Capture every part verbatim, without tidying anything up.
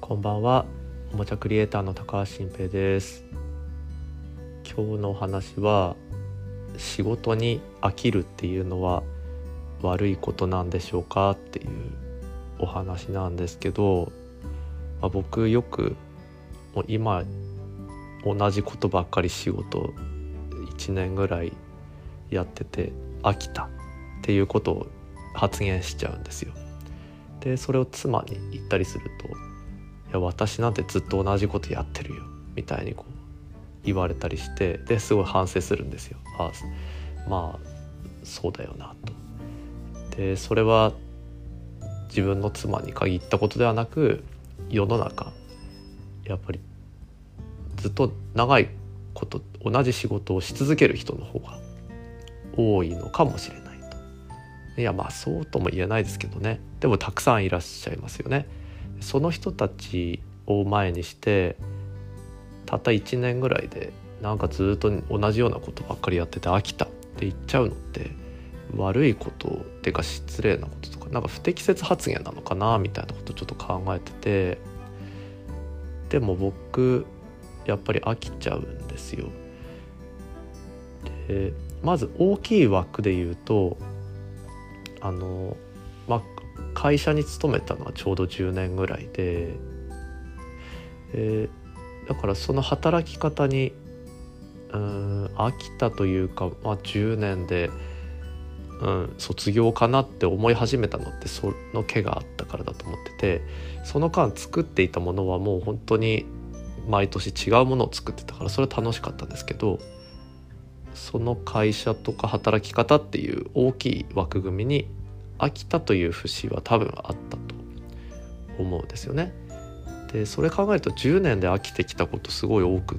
こんばんは。おもちゃクリエイターの高橋新平です。今日のお話は、仕事に飽きるっていうのは悪いことなんでしょうかっていうお話なんですけど、まあ、僕よくもう今同じことばっかり仕事いちねんぐらいやってて飽きたっていうことを発言しちゃうんですよ。でそれを妻に言ったりすると、いや私なんてずっと同じことやってるよみたいにこう言われたりして、ですごい反省するんですよ。あまあそうだよなと。でそれは自分の妻に限ったことではなく、世の中やっぱりずっと長いこと同じ仕事をし続ける人の方が多いのかもしれないと。いやまあそうとも言えないですけどね。でもたくさんいらっしゃいますよね。その人たちを前にしてたったいちねんぐらいでなんかずっと同じようなことばっかりやってて飽きたって言っちゃうのって悪いことっていうか失礼なこととか、なんか不適切発言なのかなみたいなことをちょっと考えてて、でも僕やっぱり飽きちゃうんですよ。でまず大きい枠で言うと、あのまあ会社に勤めたのはちょうどじゅうねんぐらいで、えー、だからその働き方にうーん飽きたというか、まあ、じゅうねんで、うん、卒業かなって思い始めたのってその気があったからだと思ってて、その間作っていたものはもう本当に毎年違うものを作ってたからそれは楽しかったんですけど、その会社とか働き方っていう大きい枠組みに飽きたという節は多分あったと思うんですよね。でそれ考えるとじゅうねんで飽きてきたことすごい多くって、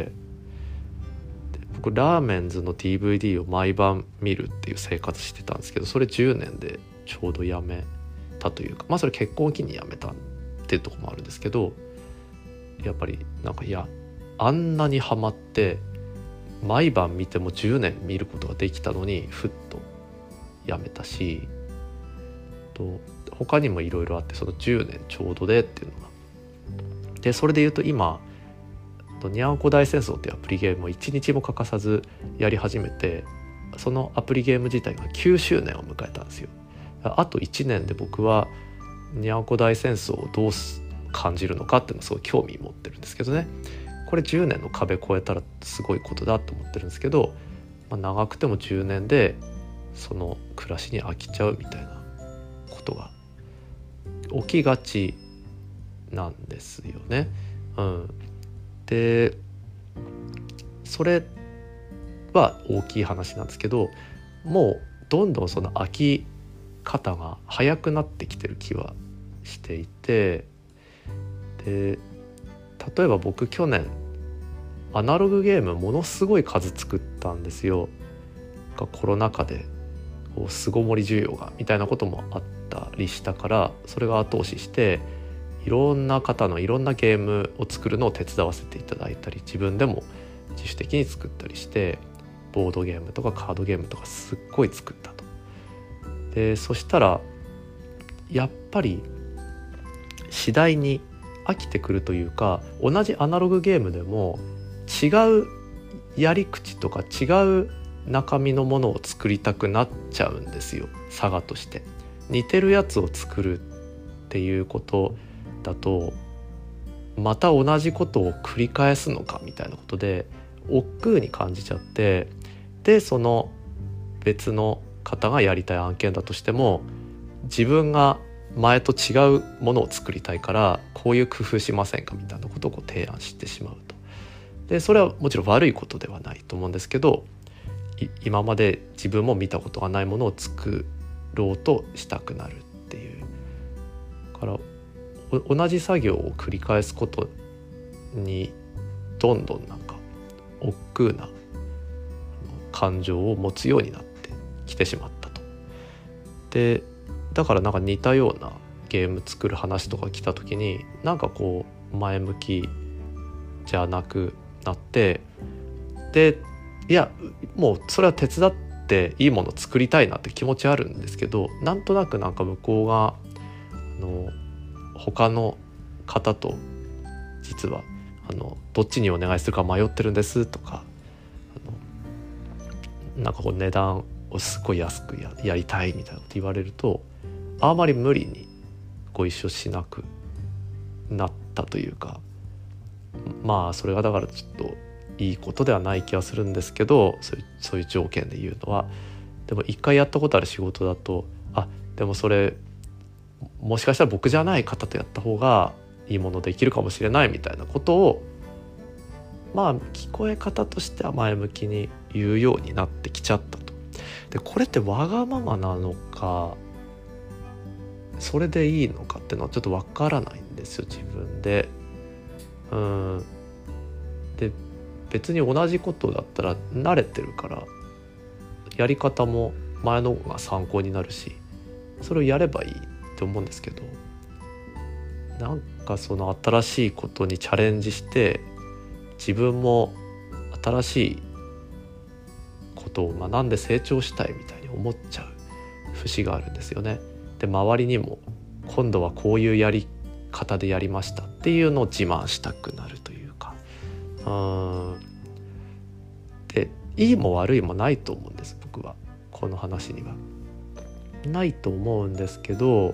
で僕ラーメンズの ディーブイディー を毎晩見るっていう生活してたんですけど、それじゅうねんでちょうどやめたというか、まあそれ結婚を機にやめたっていうところもあるんですけど、やっぱりなんかいやあんなにハマって毎晩見てもじゅうねん見ることができたのにふっとやめたし、と他にもいろいろあって、そのじゅうねんちょうどでっていうのがで、それで言うと今にゃんこ大戦争っていうアプリゲームをいちにちも欠かさずやり始めて、そのアプリゲーム自体がきゅうしゅうねんを迎えたんですよ。あといちねんで僕はにゃんこ大戦争をどう感じるのかっていうのはすごい興味持ってるんですけどね。これじゅうねんの壁越えたらすごいことだと思ってるんですけど、まあ、長くてもじゅうねんでその暮らしに飽きちゃうみたいなことが起きがちなんですよね。うん、でそれは大きい話なんですけど、もうどんどんその飽き方が早くなってきてる気はしていて、で例えば僕去年アナログゲームものすごい数作ったんですよ。コロナ禍でこう巣ごもり需要がみたいなこともあったりしたから、それが後押ししていろんな方のいろんなゲームを作るのを手伝わせていただいたり、自分でも自主的に作ったりして、ボードゲームとかカードゲームとかすっごい作ったと。でそしたらやっぱり次第に飽きてくるというか、同じアナログゲームでも違うやり口とか違う中身のものを作りたくなっちゃうんですよ。差がとして似てるやつを作るっていうことだと、また同じことを繰り返すのかみたいなことで億劫に感じちゃって、でその別の方がやりたい案件だとしても自分が前と違うものを作りたいからこういう工夫しませんかみたいなことをこう提案してしまうと。でそれはもちろん悪いことではないと思うんですけど、今まで自分も見たことがないものを作ろうとしたくなるっていうから同じ作業を繰り返すことにどんどんなんか億劫な感情を持つようになってきてしまったと。でだからなんか似たようなゲーム作る話とか来た時になんかこう前向きじゃなくなって、でいやもうそれは手伝っていいものを作りたいなって気持ちあるんですけど、なんとなくなんか向こうがあの他の方と実はあのどっちにお願いするか迷ってるんですとか、あのなんかこう値段をすごい安く や, やりたいみたいなこと言われると、あまり無理にご一緒しなくなったというか、まあそれがだからちょっといいことではない気はするんですけど、そういう、そういう条件で言うのは。でも一回やったことある仕事だと、あでもそれもしかしたら僕じゃない方とやった方がいいものできるかもしれないみたいなことを、まあ聞こえ方としては前向きに言うようになってきちゃったと。でこれってわがままなのかそれでいいのかっていうのはちょっとわからないんですよ自分で。うんで別に同じことだったら慣れてるからやり方も前の方が参考になるし、それをやればいいって思うんですけど、なんかその新しいことにチャレンジして自分も新しいことを学んで成長したいみたいに思っちゃう節があるんですよね。で周りにも今度はこういうやり方でやりましたっていうのを自慢したくなるというか、うーんでいいも悪いもないと思うんです僕は。この話にはないと思うんですけど、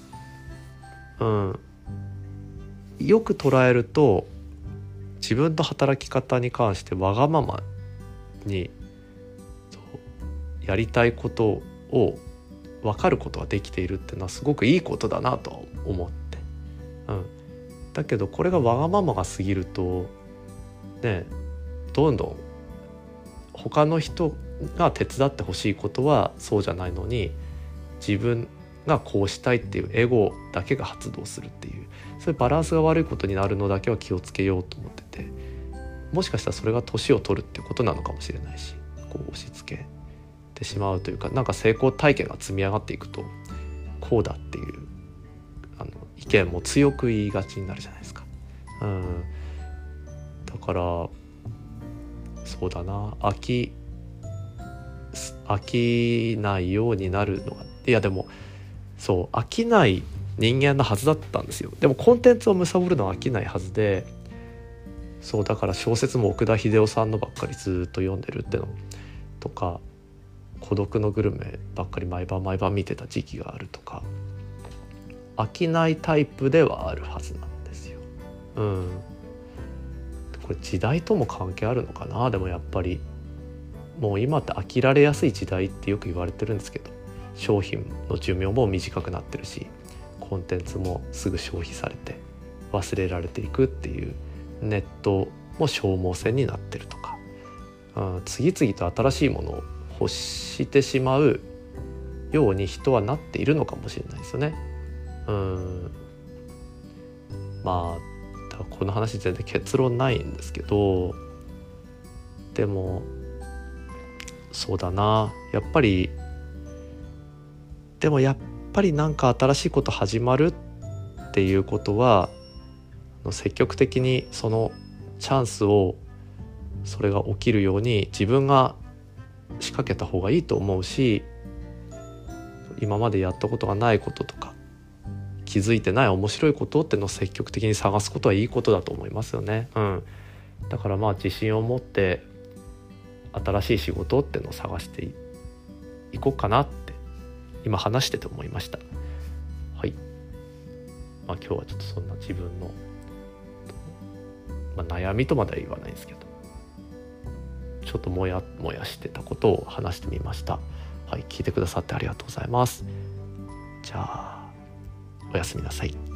うんよく捉えると自分の働き方に関してわがままにやりたいことを分かることができているっていうのはすごくいいことだなと思って、うん、だけどこれがわがままが過ぎるとね、どんどん他の人が手伝ってほしいことはそうじゃないのに自分がこうしたいっていうエゴだけが発動するっていう、そういうバランスが悪いことになるのだけは気をつけようと思ってて、もしかしたらそれが年を取るっていうことなのかもしれないし、こう押し付けてしまうというか、なんか成功体験が積み上がっていくとこうだっていうあの意見も強く言いがちになるじゃないですか。うん、だからそうだな、飽き飽きないようになるのは、いやでもそう飽きない人間のはずだったんですよ。でもコンテンツを貪るのは飽きないはずで、そうだから小説も奥田秀夫さんのばっかりずっと読んでるってのとか、孤独のグルメばっかり毎晩毎晩見てた時期があるとか、飽きないタイプではあるはずなんですよ。うん、これ時代とも関係あるのかな。でもやっぱりもう今って飽きられやすい時代ってよく言われてるんですけど、商品の寿命も短くなってるし、コンテンツもすぐ消費されて忘れられていくっていう、ネットも消耗戦になってるとか、うん、次々と新しいものを欲してしまうように人はなっているのかもしれないですよね。うん、まあだからこの話全然結論ないんですけど、でもそうだな、やっぱりでもやっぱりなんか新しいこと始まるっていうことは積極的にそのチャンスを、それが起きるように自分が仕掛けた方がいいと思うし、今までやったことがないこととか気づいてない面白いことっていうのを積極的に探すことはいいことだと思いますよね。うん、だからまあ自信を持って新しい仕事っていうのを探していこうかなって今話してて思いました。はい、まあ、今日はちょっとそんな自分の、まあ、悩みとまでは言わないんですけど、ちょっともやもやしてたことを話してみました。はい、聞いてくださってありがとうございます。じゃあおやすみなさい。